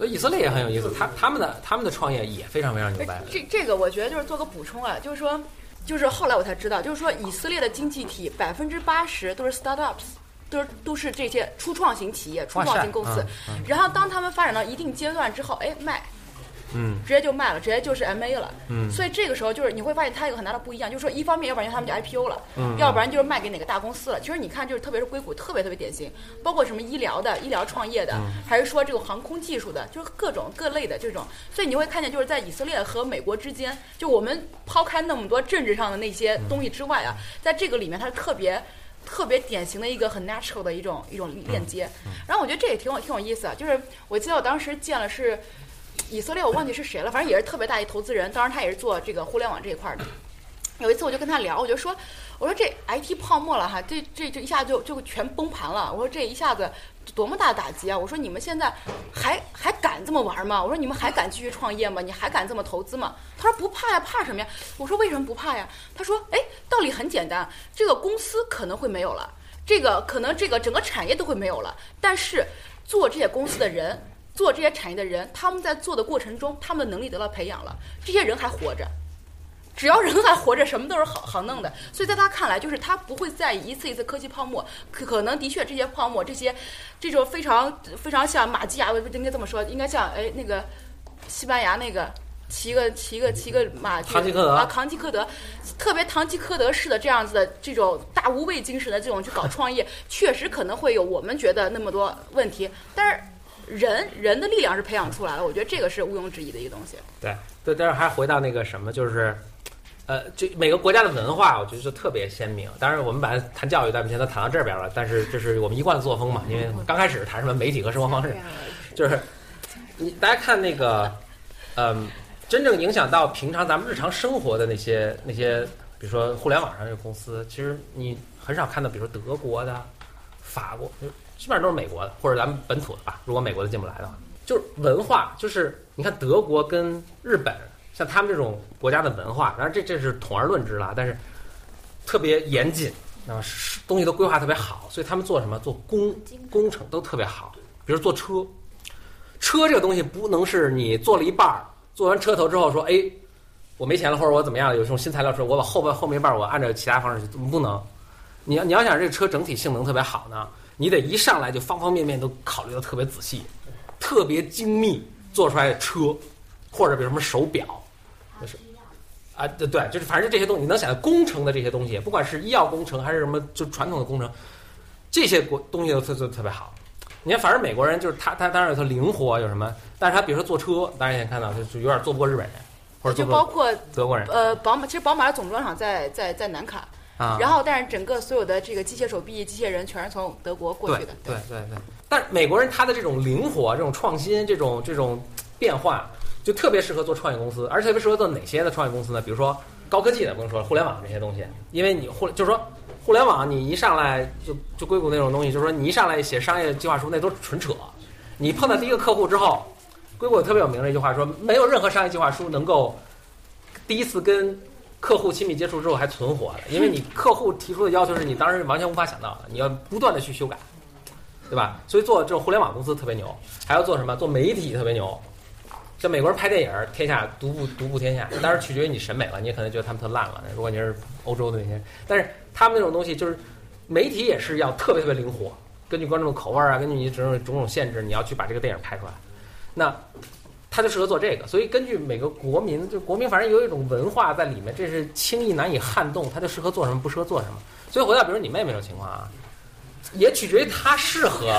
以色列也很有意思，他们的创业也非常非常牛掰。 这个我觉得就是做个补充啊，就是说，就是后来我才知道，就是说以色列的经济体80%都是 startups，都是这些初创型企业、初创型公司。然后当他们发展到一定阶段之后，哎，卖。直接就卖了，直接就是 MA 了。所以这个时候就是你会发现它有很大的不一样，就是说一方面要不然他们就 IPO 了，要不然就是卖给哪个大公司了。其实你看，就是特别是硅谷特别典型，包括什么医疗创业的，还是说这个航空技术的，就是各种各类的这种。所以你会看见，就是在以色列和美国之间，就我们抛开那么多政治上的那些东西之外啊，在这个里面它是特别典型的一个很 natural 的一种链接。然后我觉得这也挺有意思啊，就是我记得我当时见了是。以色列我忘记是谁了，反正也是特别大一投资人，当然他也是做这个互联网这一块的。有一次我就跟他聊，我说这 IT 泡沫了哈，这一下就全崩盘了。我说这一下子多么大的打击啊！我说你们现在还敢这么玩吗？我说你们还敢继续创业吗？你还敢这么投资吗？他说不怕呀，怕什么呀？我说为什么不怕呀？他说道理很简单，这个公司可能会没有了，可能整个产业都会没有了，但是做这些公司的人。做这些产业的人，他们在做的过程中，他们的能力得到培养了，这些人还活着，只要人还活着，什么都是好弄的。所以在他看来，就是他不会在意一次科技泡沫，可能的确这些泡沫，这种非常像马基雅维，应该这么说，应该像那个西班牙那个骑个马， 唐吉诃德， 特别唐吉诃德式的这样子的这种大无畏精神的这种去搞创业，确实可能会有我们觉得那么多问题，但是。人的力量是培养出来了，我觉得这个是毋庸置疑的一个东西。 对，但是还回到那个什么，就是，这每个国家的文化，我觉得就特别鲜明。当然，我们本来谈教育，但目前都谈到这边了，但是这是我们一贯的作风嘛。因为刚开始谈什么媒体和生活方式，就是大家看那个，真正影响到平常咱们日常生活的那些，比如说互联网上这个公司，其实你很少看到，比如说德国的、法国。基本上都是美国的，或者咱们本土的吧。如果美国的进不来的话，就是文化，就是你看德国跟日本，像他们这种国家的文化，当然这是统而论之了，但是特别严谨，东西都规划特别好，所以他们做什么？做工程都特别好。比如做车这个东西不能是你做了一半，做完车头之后说，我没钱了，或者我怎么样，有这种新材料出来，我把后面一半我按照其他方式去，不能。你要想这个车整体性能特别好呢。你得一上来就方方面面都考虑到特别仔细，特别精密做出来的车，或者比如什么手表，就是对，就是反正这些东西你能想到工程的这些东西，不管是医药工程还是什么就传统的工程，这些东西都特别好。你看，反正美国人就是他当然有他灵活有什么，但是他比如说做车，大家也看到就有点做不过日本人，或者就包括德国人。 宝马，其实宝马的总装厂在南卡。然后，但是整个所有的这个机械手臂、机械人全是从德国过去的。 对。但是美国人他的这种灵活、这种创新、这种变化，就特别适合做创业公司，而且特别适合做哪些的创业公司呢？比如说高科技的，不用说互联网这些东西，因为你就是说互联网，你一上来就硅谷那种东西，就是说你一上来写商业计划书，那都是纯扯。你碰到第一个客户之后，硅谷特别有名的一句话说，没有任何商业计划书能够第一次跟客户亲密接触之后还存活的，因为你客户提出的要求是你当时完全无法想到的，你要不断的去修改，对吧？所以做这种互联网公司特别牛，还要做什么？做媒体特别牛。像美国人拍电影，天下独步天下，当然取决于你审美了，你也可能觉得他们特烂了。如果你是欧洲的那些，但是他们那种东西就是媒体也是要特别灵活，根据观众的口味啊，根据你种种限制，你要去把这个电影拍出来。那他就适合做这个，所以根据每个国民，就国民反正有一种文化在里面，这是轻易难以撼动，他就适合做什么，不适合做什么。所以回到比如你妹妹这种情况啊，也取决于他适合，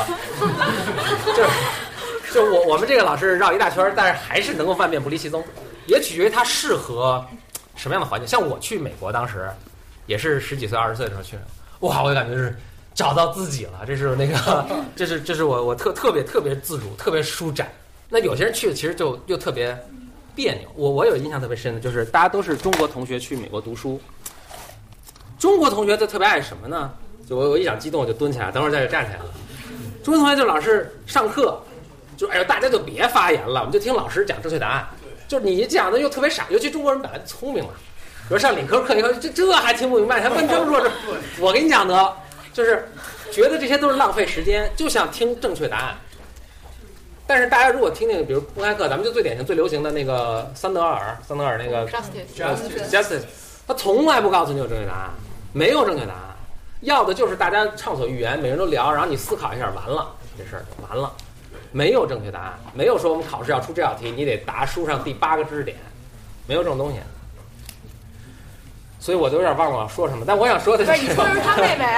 就我们这个老是绕一大圈，但是还是能够万变不离其宗，也取决于他适合什么样的环境。像我去美国当时也是10几岁20岁的时候去，哇，我就感觉是找到自己了，这是那个这是我特别自主，特别舒展。那有些人去的其实就又特别别扭。我有印象特别深的就是大家都是中国同学去美国读书，中国同学就特别爱什么呢？就我一讲激动我就蹲起来，等会儿再站起来了。中国同学就老是上课就大家就别发言了，我们就听老师讲正确答案。就是你讲的又特别傻，尤其中国人本来聪明嘛，比如上理科课以后这还听不明白，还问这么弱智。我跟你讲的就是觉得这些都是浪费时间，就想听正确答案。 但是大家如果听那个，比如公开课，咱们就最典型、最流行的那个桑德尔那个 Justice， 他从来不告诉你有正确答案，没有正确答案，要的就是大家畅所欲言，每人都聊，然后你思考一下，完了这事儿就完了，没有正确答案，没有说我们考试要出这道题，你得答书上第8个知识点，没有这种东西。所以我就有点忘了我要说什么，但我想说的是， 你说的是他妹妹，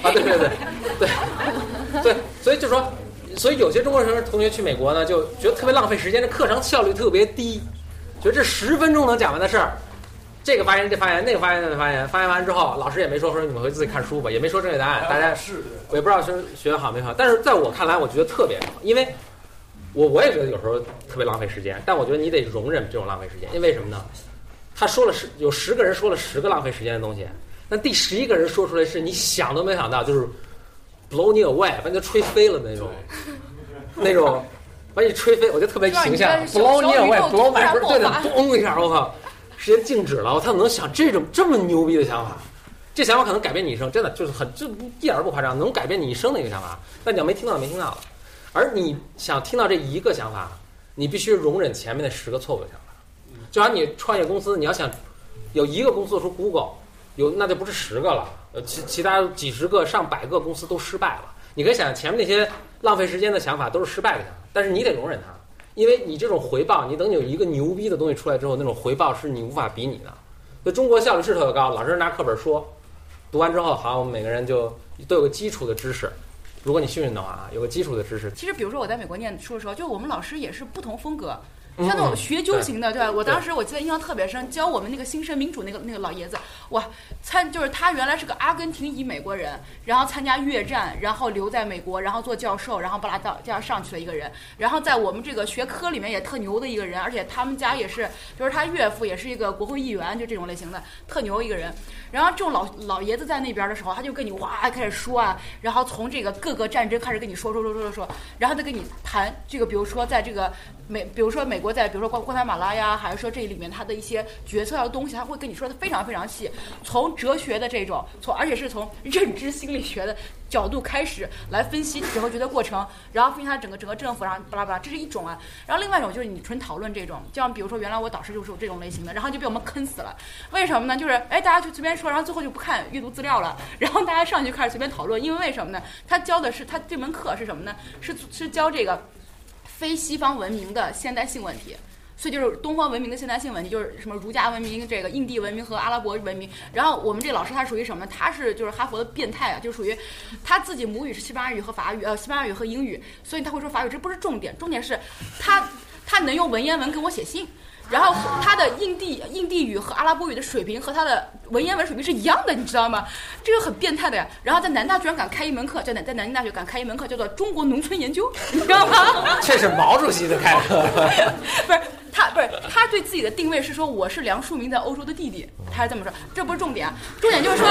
对，所以就说。所以有些中国人同学去美国呢，就觉得特别浪费时间，这课程效率特别低，觉得这10分钟能讲完的事儿，这个发言、这发言、那个发言、那个发言，发言完之后，老师也没说你们回去自己看书吧，也没说正确答案，大家我也不知道学好没好。但是在我看来，我觉得特别好，因为我也觉得有时候特别浪费时间，但我觉得你得容忍这种浪费时间，因为什么呢？他说了有10个人说了10个浪费时间的东西，那第11个人说出来是你想都没想到，就是。blow 你 away， 把你就吹飞了那种，把你吹飞，我觉得特别形象。blow 你 away，blow my brain， 对的，嘣一下，我靠，时间静止了，我怎么能想这么牛逼的想法？这想法可能改变你一生，真的就是一点儿不夸张，能改变你一生的一个想法。但你要没听到了，而你想听到这一个想法，你必须容忍前面那10个错误的想法。就像你创业公司，你要想有一个公司做出 Google， 那就不是10个了。其他几十个、上百个公司都失败了。你可以想象前面那些浪费时间的想法都是失败的想法，但是你得容忍它，因为你这种回报，你等你有一个牛逼的东西出来之后，那种回报是你无法比拟的。所以中国效率是特别高，老师拿课本说，读完之后，好，我们每个人就都有个基础的知识。如果你幸运的话，有个基础的知识。 其实，比如说我在美国念书的时候，就我们老师也是不同风格。像那种学究型的，对吧？我当时我记得印象特别深，教我们那个新生民主那个老爷子，哇，就是他原来是个阿根廷裔美国人，然后参加越战，然后留在美国，然后做教授，然后巴拉这样上去的一个人，然后在我们这个学科里面也特牛的一个人，而且他们家也是，就是他岳父也是一个国会议员，就这种类型的特牛一个人。然后这种老爷子在那边的时候，他就跟你哇开始说啊，然后从这个各个战争开始跟你说，然后再跟你谈这个，比如说在这个比如说美国在比如说瓜达马拉呀，还是说这里面它的一些决策的东西，他会跟你说的非常非常细，从哲学的这种，而且是从认知心理学的角度开始来分析整个决策过程，然后分析它整个政府，然后巴拉巴拉，这是一种啊。然后另外一种就是你纯讨论这种，就像比如说原来我导师就是这种类型的，然后就被我们坑死了。为什么呢？就是大家就随便说，然后最后就不看阅读资料了，然后大家上去开始随便讨论，因为什么呢？他教的是他这门课是什么呢？是教这个非西方文明的现代性问题。所以就是东方文明的现代性问题，就是什么儒家文明、这个印地文明和阿拉伯文明。然后我们这老师他属于什么呢？他是就是哈佛的变态啊，就属于他自己母语是西班牙语和法语，西班牙语和英语，所以他会说法语，这不是重点，重点是他能用文言文跟我写信。然后他的印地语和阿拉伯语的水平和他的文言文水平是一样的，你知道吗？这个很变态的呀。然后在南大居然敢开一门课，在南京大学敢开一门课，叫做中国农村研究，你知道吗？ 这是毛主席的开课， 不是他对自己的定位是说我是梁漱溟在欧洲的弟弟，他是这么说，这不是重点，重点就是说，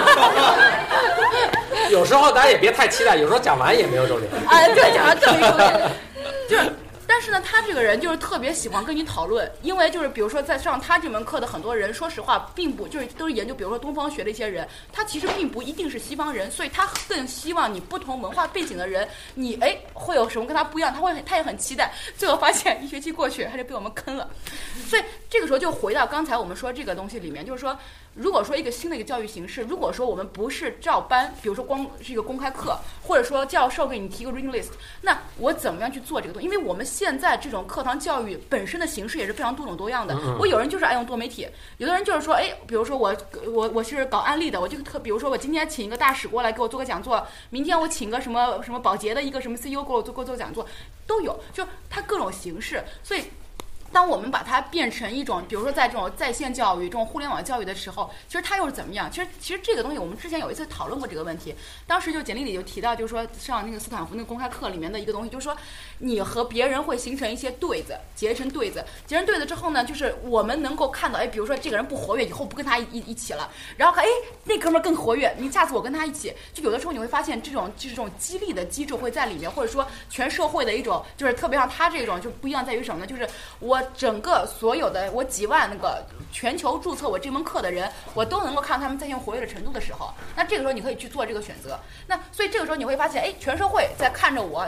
有时候大家也别太期待，有时候讲完也没有重点。 对，讲完特别重点，就是。但是呢，他这个人就是特别喜欢跟你讨论，因为就是比如说在上他这门课的很多人，说实话并不就是都是研究比如说东方学的一些人，他其实并不一定是西方人，所以他更希望你不同文化背景的人，你会有什么跟他不一样，他也很期待。最后发现一学期过去，他就被我们坑了。所以这个时候就回到刚才我们说这个东西里面，就是说，如果说一个新的一个教育形式，如果说我们不是照搬，比如说光是一个公开课，或者说教授给你提个 reading list， 那我怎么样去做这个东西？因为我们现在这种课堂教育本身的形式也是非常多种多样的。我有人就是爱用多媒体，有的人就是说，比如说我是搞案例的，我就比如说我今天请一个大使过来给我做个讲座，明天我请个什么保洁的一个什么 CEO 给我做讲座，都有，就它各种形式，所以。当我们把它变成一种，比如说在这种在线教育、这种互联网教育的时候，其实它又是怎么样？其实这个东西我们之前有一次讨论过这个问题。当时就简历里就提到，就是说上那个斯坦福那个公开课里面的一个东西，就是说你和别人会形成一些对子，结成对子之后呢，就是我们能够看到，比如说这个人不活跃，以后不跟他一起了，然后看那哥们儿更活跃，你下次我跟他一起。就有的时候你会发现这种激励的机制会在里面，或者说全社会的一种，就是特别像他这种就不一样在于什么呢？就是我整个所有的我几万那个全球注册我这门课的人，我都能够看到他们在线活跃的程度的时候，那这个时候你可以去做这个选择。那所以这个时候你会发现，全社会在看着我，在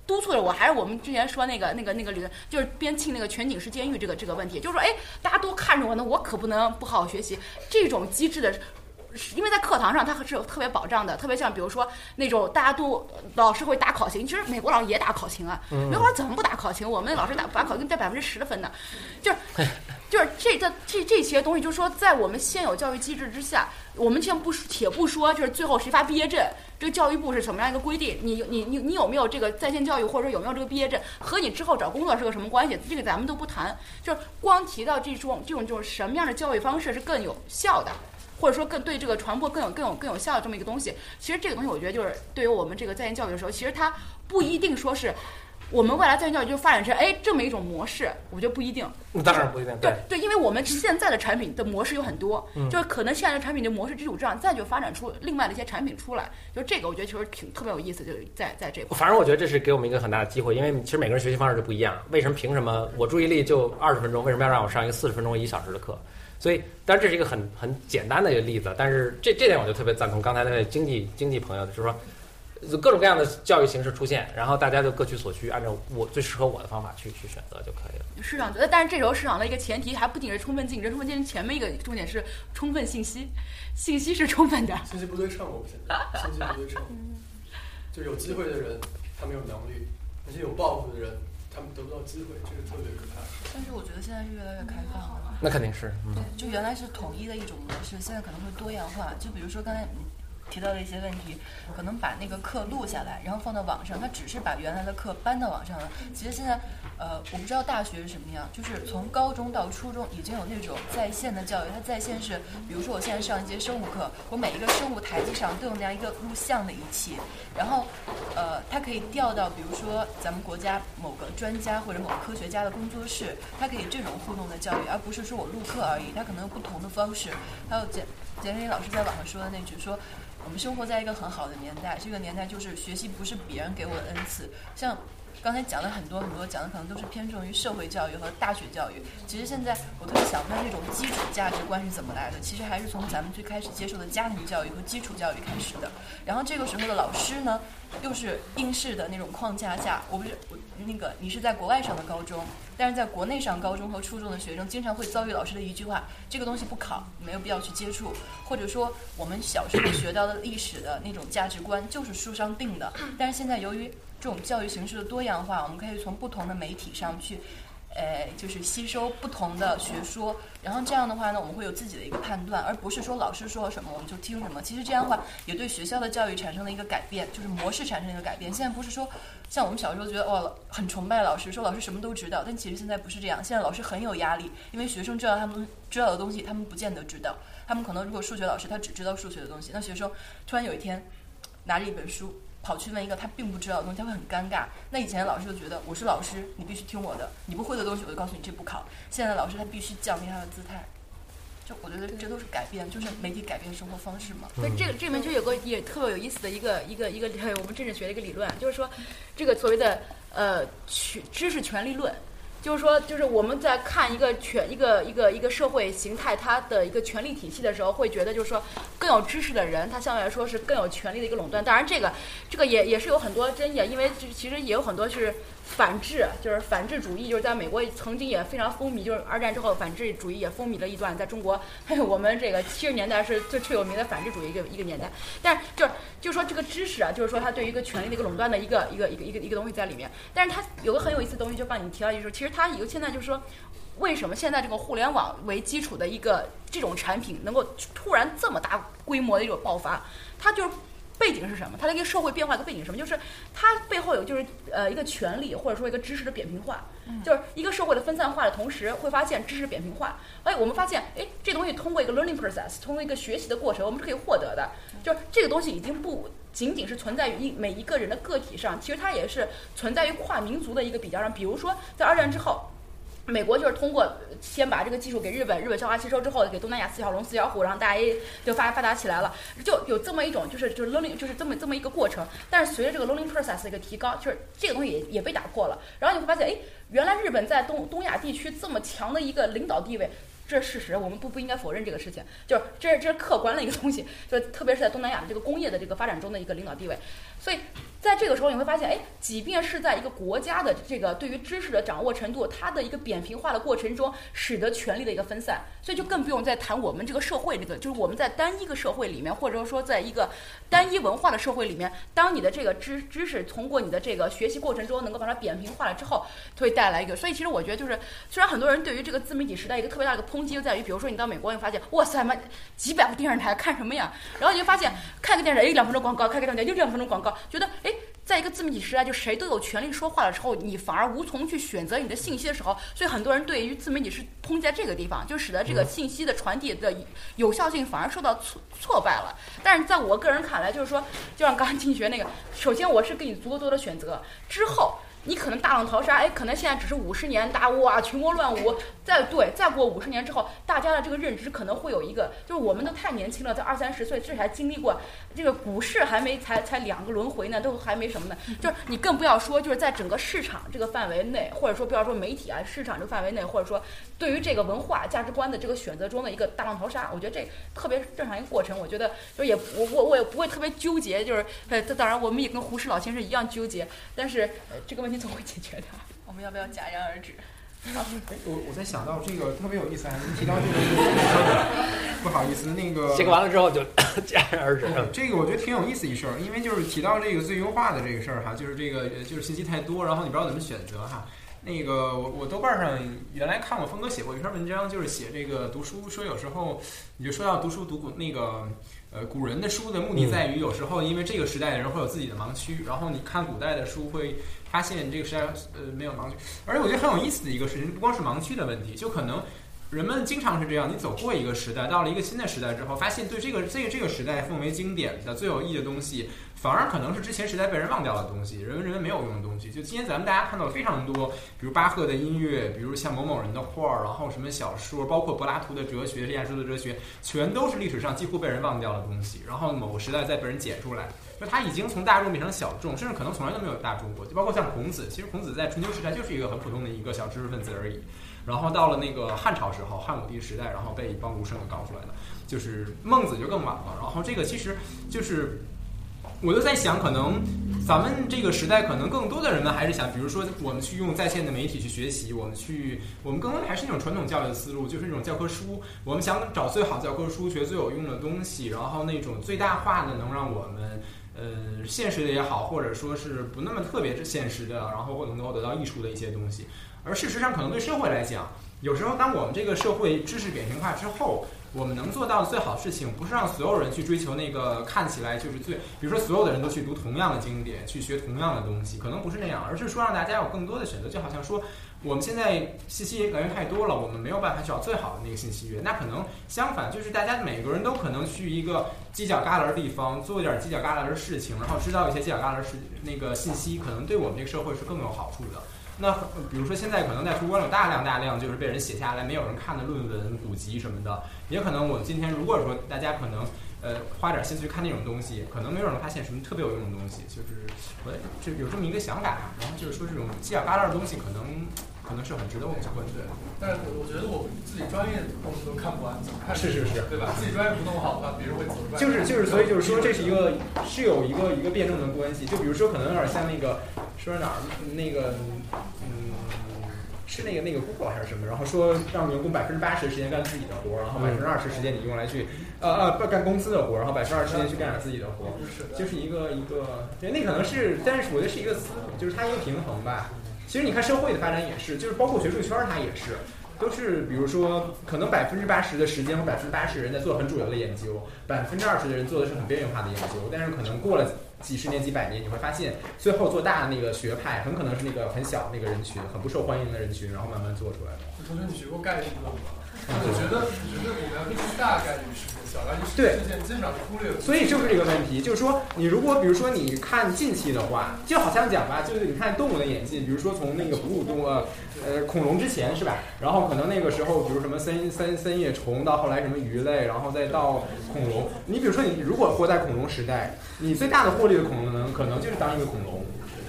督促着我，还是我们之前说那个理论，就是边沁那个全景式监狱这个问题，就是说，哎，大家都看着我呢，我可不能不好好学习。这种机制的，因为在课堂上它是有特别保障的，特别像比如说那种大家都老师会打考勤，其实美国老师也打考勤啊，美国老师怎么不打考勤？我们老师打考勤带10%的分呢，就是这些东西，就是说在我们现有教育机制之下，我们先且不说就是最后谁发毕业证，这个教育部是什么样一个规定，你有没有这个在线教育，或者说有没有这个毕业证，和你之后找工作是个什么关系？这个咱们都不谈，就是光提到这种什么样的教育方式是更有效的，或者说更对这个传播更有效的这么一个东西。其实这个东西我觉得就是对于我们这个在线教育的时候，其实它不一定说是我们未来在线教育就发展成这么一种模式，我觉得不一定。 当然不一定。 对，因为我们现在的产品的模式有很多，就是可能现在的产品的模式基础上，再就发展出另外的一些产品出来。就这个，我觉得其实特别有意思，就是在这块。 反正我觉得这是给我们一个很大的机会，因为其实每个人学习方式就不一样。为什么凭什么我注意力就20分钟，为什么要让我上一个40分钟1小时的课？所以，当然这是一个很简单的一个例子，但是这点我就特别赞同刚才那位经济朋友的，就是说各种各样的教育形式出现，然后大家就各取所需，按照最适合我的方法去选择就可以了。 市场，但是这时候市场的一个前提还不仅是充分竞争，充分竞争前面一个重点是充分信息，信息是充分的。 信息不对称，我们现在信息不对称，就有机会的人他没有能力，那些有抱负的人他们得不到机会，这个特别可怕。 但是我觉得现在是越来越开放了。 那肯定是， 对，就原来是统一的一种模式，现在可能会多样化。就比如说刚才提到的一些问题，可能把那个课录下来，然后放到网上，它只是把原来的课搬到网上了。其实现在，我不知道大学是什么样，就是从高中到初中已经有那种在线的教育。它在线是，比如说我现在上一节生物课，我每一个生物台子上都有那样一个录像的仪器，然后，它可以调到比如说咱们国家某个专家或者某个科学家的工作室，它可以这种互动的教育，而不是说我录课而已，它可能有不同的方式。还有简历老师在网上说的那句说，我们生活在一个很好的年代，这个年代就是学习不是别人给我的恩赐。像刚才讲了很多，讲的可能都是偏重于社会教育和大学教育。其实现在我特别想问，这种基础价值观是怎么来的？其实还是从咱们最开始接受的家庭教育和基础教育开始的。然后这个时候的老师呢，又是应试的那种框架下，你是在国外上的高中，但是在国内上高中和初中的学生经常会遭遇老师的一句话：这个东西不考，没有必要去接触。或者说我们小时候学到的历史的那种价值观就是书上定的，但是现在由于这种教育形式的多样化，我们可以从不同的媒体上去就是吸收不同的学说，然后这样的话呢，我们会有自己的一个判断，而不是说老师说什么我们就听什么。其实这样的话也对学校的教育产生了一个改变，就是模式产生了一个改变。现在不是说像我们小时候觉得很崇拜老师，说老师什么都知道，但其实现在不是这样。现在老师很有压力，因为学生知道他们知道的东西他们不见得知道，他们可能如果数学老师他只知道数学的东西，那学生突然有一天拿着一本书跑去问一个他并不知道的东西，他会很尴尬。那以前的老师就觉得我是老师，你必须听我的，你不会的东西我就告诉你这不考。现在的老师他必须降低他的姿态，就我觉得这都是改变，就是媒体改变生活方式嘛。 所以这里面就有个也特别有意思的一个我们政治学的一个理论，就是说这个所谓的知识权利论。就是说，就是我们在看一个社会形态它的一个权力体系的时候，会觉得就是说，更有知识的人，他相对来说是更有权力的一个垄断。当然，这个也是有很多争议，因为其实也有很多是反制，就是反制主义，就是在美国曾经也非常风靡，就是2战之后反制主义也风靡了一段，在中国我们这个70年代是最有名的反制主义一个年代。但是就是说这个知识啊，就是说它对于一个权力的一个垄断的一个东西在里面。但是它有个很有意思的东西，就刚才你提到就是其实它有现在就是说，为什么现在这个互联网为基础的一个这种产品能够突然这么大规模的一种爆发？它就是背景是什么？它的一个社会变化的背景是什么？就是它背后有就是一个权力或者说一个知识的扁平化，就是一个社会的分散化的同时，会发现知识扁平化。我们发现这东西通过一个 learning process， 通过一个学习的过程，我们是可以获得的。就是这个东西已经不仅仅是存在于每一个人的个体上，其实它也是存在于跨民族的一个比较上。比如说在2战之后，美国就是通过先把这个技术给日本消化吸收之后，给东南亚4小龙4小虎，然后大家就发达起来了，就有这么一种就是 learning 就是这么一个过程。但是随着这个 learning process 的一个提高，就是这个东西也被打破了。然后你会发现，原来日本在东亚地区这么强的一个领导地位。这是事实，我们不应该否认这个事情，就是这是客观的一个东西，就特别是在东南亚的这个工业的这个发展中的一个领导地位。所以在这个时候你会发现，哎，即便是在一个国家的这个对于知识的掌握程度，它的一个扁平化的过程中，使得权力的一个分散，所以就更不用再谈我们这个社会这个，就是我们在单一个社会里面，或者说在一个单一文化的社会里面，当你的这个知识通过你的这个学习过程中能够把它扁平化了之后，会带来一个，所以其实我觉得就是，虽然很多人对于这个自媒体时代一个特别大的抨击就在于，比如说你到美国，你发现哇塞妈几百个电视台看什么呀？然后你就发现看个电视台2分钟广告，看个电视台就2分钟广告，觉得哎，在一个自媒体时代，就谁都有权利说话的时候，你反而无从去选择你的信息的时候，所以很多人对于自媒体是抨击在这个地方，就使得这个信息的传递的有效性反而受到挫败了。但是在我个人看来，就是说，就像刚刚经济学那个，首先我是给你足够多的选择，之后你可能大浪淘沙，哎，可能现在只是50年，大家哇群魔乱舞，再过50年之后，大家的这个认知可能会有一个，就是我们都太年轻了，在20-30岁，这还经历过这个股市还没才2个轮回呢，都还没什么呢，就是你更不要说就是在整个市场这个范围内，或者说不要说媒体啊市场这个范围内，或者说对于这个文化价值观的这个选择中的一个大浪淘沙，我觉得这特别正常一个过程，我觉得就也我也不会特别纠结，就是当然我们也跟胡适老先生一样纠结，但是这个问题总会解决的。 我们要不要戛然而止？ 我在想到这个特别有意思，您提到这个，不好意思，那个这个完了之后就戛然而止。 这个我觉得挺有意思一事儿，因为就是提到这个最优化的这个事儿哈，就是这个就是信息太多，然后你不知道怎么选择哈。那个我豆瓣上原来看我峰哥写过一篇文章，就是写这个读书，说有时候你就说要读那个古人的书的目的在于，有时候因为这个时代的人会有自己的盲区，然后你看古代的书会发现这个时代没有盲区，而且我觉得很有意思的一个事情，不光是盲区的问题，就可能人们经常是这样，你走过一个时代，到了一个新的时代之后，发现对这个时代奉为经典的最有意义的东西，反而可能是之前时代被人忘掉的东西，人为没有用的东西。就今天咱们大家看到非常多，比如巴赫的音乐，比如像某某人的画，然后什么小说，包括柏拉图的哲学、亚里士多德的哲学，全都是历史上几乎被人忘掉的东西，然后某个时代再被人捡出来。就他已经从大众变成小众，甚至可能从来都没有大众过。就包括像孔子，其实孔子在春秋时代就是一个很普通的一个小知识分子而已。然后到了那个汉朝时候，汉武帝时代，然后被一帮儒生给搞出来的，就是孟子就更晚了。然后这个其实就是，我就在想，可能咱们这个时代，可能更多的人们还是想，比如说我们去用在线的媒体去学习，我们更多还是那种传统教育的思路，就是那种教科书，我们想找最好教科书，学最有用的东西，然后那种最大化的能让我们。现实的也好，或者说是不那么特别现实的，然后能够得到益处的一些东西。而事实上，可能对社会来讲，有时候当我们这个社会知识扁平化之后，我们能做到的最好的事情，不是让所有人去追求那个看起来就是比如说所有的人都去读同样的经典，去学同样的东西，可能不是那样，而是说让大家有更多的选择。就好像说，我们现在信息来源太多了，我们没有办法找最好的那个信息源。那可能相反，就是大家每个人都可能去一个犄角旮旯的地方，做一点犄角旮旯的事情，然后知道一些犄角旮旯的那个信息，可能对我们这个社会是更有好处的。那比如说现在可能在图书馆有大量就是被人写下来没有人看的论文、古籍什么的，也可能我今天如果说大家可能花点心思去看那种东西，可能没有人发现什么特别有用的东西，就是我就有这么一个想法，然后就是说这种犄角旮旯的东西可能是很值得我们去关注的。 但是我觉得我自己专业的东西都看不完，怎么看？ 是， 对吧？自己专业不弄好的话，别人会怎么办？ 所以就是说，这是有一个辩证的关系。就比如说，可能有点像那个说哪儿那个是那个 Google 还是什么，然后说让员工80%的时间干自己的活，然后20%时间你用来去干公司的活，然后20%时间去干点自己的活，就是一个对，那可能是，但是我觉得是一个思路，就是它一个平衡吧。其实你看社会的发展也是，就是包括学术圈它也是，都是比如说可能80%的时间和80%的人在做很主流的研究，20%的人做的是很边缘化的研究，但是可能过了几十年几百年，你会发现最后做大的那个学派很可能是那个很小那个人群，很不受欢迎的人群，然后慢慢做出来的。 同学，你学过概率论吗？我觉得我们要根据大概率事件、小概率事件基本上忽略。 所以就是这个问题，就是说你如果比如说你看近期的话，就好像讲吧，就是你看动物的演进，比如说从那个哺乳动物恐龙之前是吧？然后可能那个时候比如什么三叶虫，到后来什么鱼类，然后再到恐龙。你比如说你如果活在恐龙时代，你最大的获利的可能就是当一个恐龙。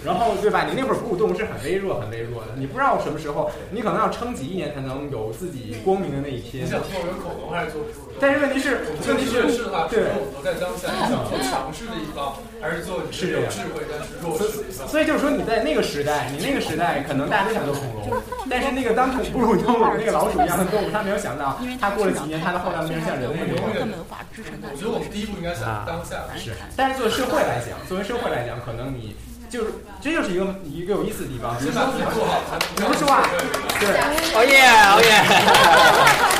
然后对吧？你那会儿哺乳动物是很微弱、很微弱的，你不知道什么时候，你可能要撑几亿年才能有自己光明的那一天。 你想做人恐龙还是做植物人？ 但是问题是的话，对，活在当下，你想做强势的一方，还是做有智慧但是弱势的一方？ 所以就是说，你在那个时代，你那个时代可能大家都想做恐龙，但是那个当哺乳动物那个老鼠一样的动物，他没有想到，他过了几年，他的后代变成像人类一样。 我觉得我们第一步应该想当下。 是，但是作为社会来讲，可能你就是这就是一个有意思的地方。比如说啊，对， 熬夜。